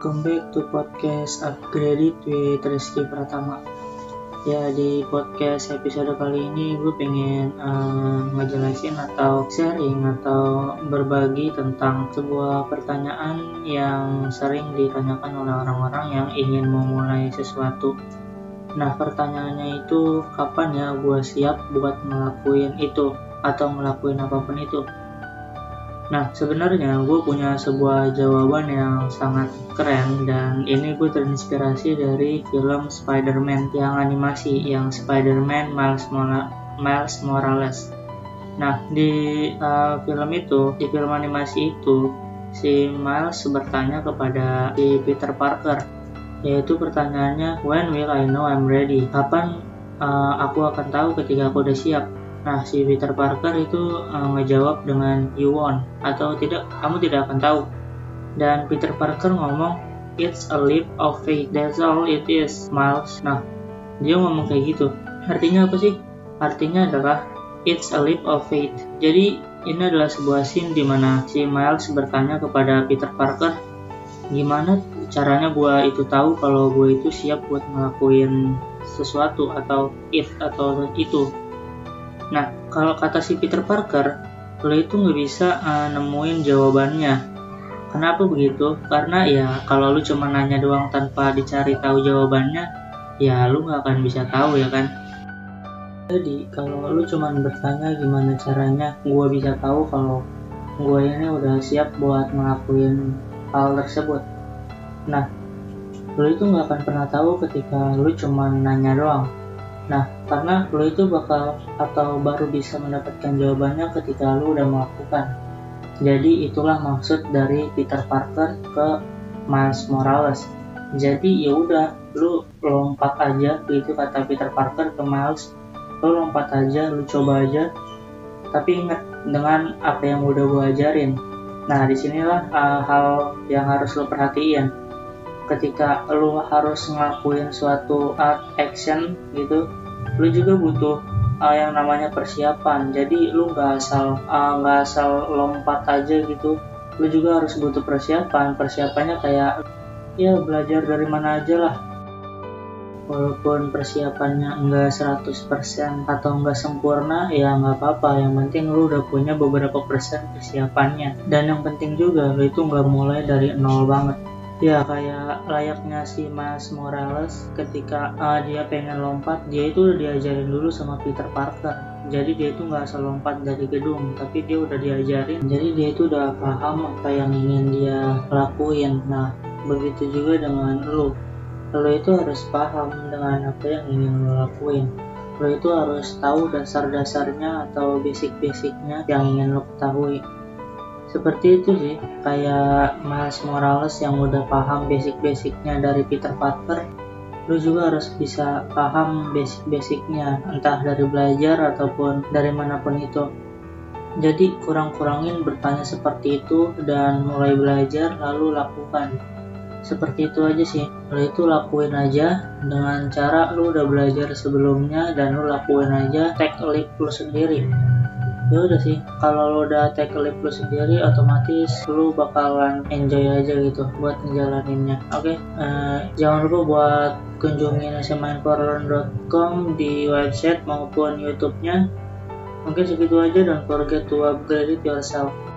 welcome back to podcast Upgrade It with Rizky Pratama. Ya, di podcast episode kali ini gue pengen ngejelasin atau sharing atau berbagi tentang sebuah pertanyaan yang sering ditanyakan oleh orang-orang yang ingin memulai sesuatu. Nah, pertanyaannya itu, kapan ya gue siap buat ngelakuin itu atau ngelakuin apapun itu? Nah, sebenarnya gue punya sebuah jawaban yang sangat keren, dan ini gue terinspirasi dari film Spider-Man yang animasi, yang Spider-Man Miles Morales. Nah, di film animasi itu, si Miles bertanya kepada si Peter Parker, yaitu pertanyaannya, when will I know I'm ready? Kapan aku akan tahu ketika aku udah siap? Nah, si Peter Parker itu ngejawab dengan you won't, atau tidak, kamu tidak akan tahu. Dan Peter Parker ngomong, it's a leap of faith, that's all it is, Miles. Nah, dia ngomong kayak gitu. Artinya apa sih? Artinya adalah it's a leap of faith. Jadi ini adalah sebuah scene di mana si Miles bertanya kepada Peter Parker, gimana caranya gue itu tahu kalau gue itu siap buat ngelakuin sesuatu atau itu. Nah, kalau kata si Peter Parker, lo itu nggak bisa nemuin jawabannya. Kenapa begitu? Karena ya kalau lo cuma nanya doang tanpa dicari tahu jawabannya, ya lo nggak akan bisa tahu, ya kan? Jadi kalau lo cuma bertanya gimana caranya gue bisa tahu kalau gue ini udah siap buat ngelakuin hal tersebut. Nah, lo itu nggak akan pernah tahu ketika lo cuma nanya doang. Nah, karena lo itu bakal atau baru bisa mendapatkan jawabannya ketika lo udah melakukan. Jadi itulah maksud dari Peter Parker ke Miles Morales. Jadi ya udah, lo lompat aja, itu kata Peter Parker ke Miles. Lo lompat aja, lo coba aja. Tapi ingat dengan apa yang udah gue ajarin. Nah, disinilah hal yang harus lo perhatiin. Ketika lu harus ngelakuin suatu action gitu, lu juga butuh yang namanya persiapan. Jadi lu nggak asal lompat aja gitu. Lu juga harus butuh persiapan. Persiapannya kayak ya belajar dari mana aja lah. Walaupun persiapannya nggak 100% atau nggak sempurna, ya nggak apa-apa. Yang penting lu udah punya beberapa persen persiapannya. Dan yang penting juga lu itu nggak mulai dari nol banget. Ya, kayak layaknya si Miles Morales ketika dia pengen lompat, dia itu udah diajarin dulu sama Peter Parker. Jadi dia itu nggak asal lompat dari gedung, tapi dia udah diajarin. Jadi dia itu udah paham apa yang ingin dia lakuin. Nah, begitu juga dengan lo itu harus paham dengan apa yang ingin lo lakuin. Lo itu harus tahu dasar-dasarnya atau basic-basicnya yang ingin lo ketahui. Seperti itu sih, kayak Miles Morales yang udah paham basic-basicnya dari Peter Parker, lu juga harus bisa paham basic-basicnya, entah dari belajar ataupun dari manapun itu. Jadi kurang-kurangin bertanya seperti itu dan mulai belajar lalu lakukan. Seperti itu aja sih, lu itu lakuin aja dengan cara lu udah belajar sebelumnya dan lu lakuin aja, take a leap lu sendiri. Ya udah sih, kalau lo udah take a leap lu sendiri, otomatis lu bakalan enjoy aja gitu buat ngejalaninnya. Oke, jangan lupa buat kunjungin smindforlearn.com di website maupun YouTube-nya. Mungkin segitu aja, don't forget to upgrade it yourself.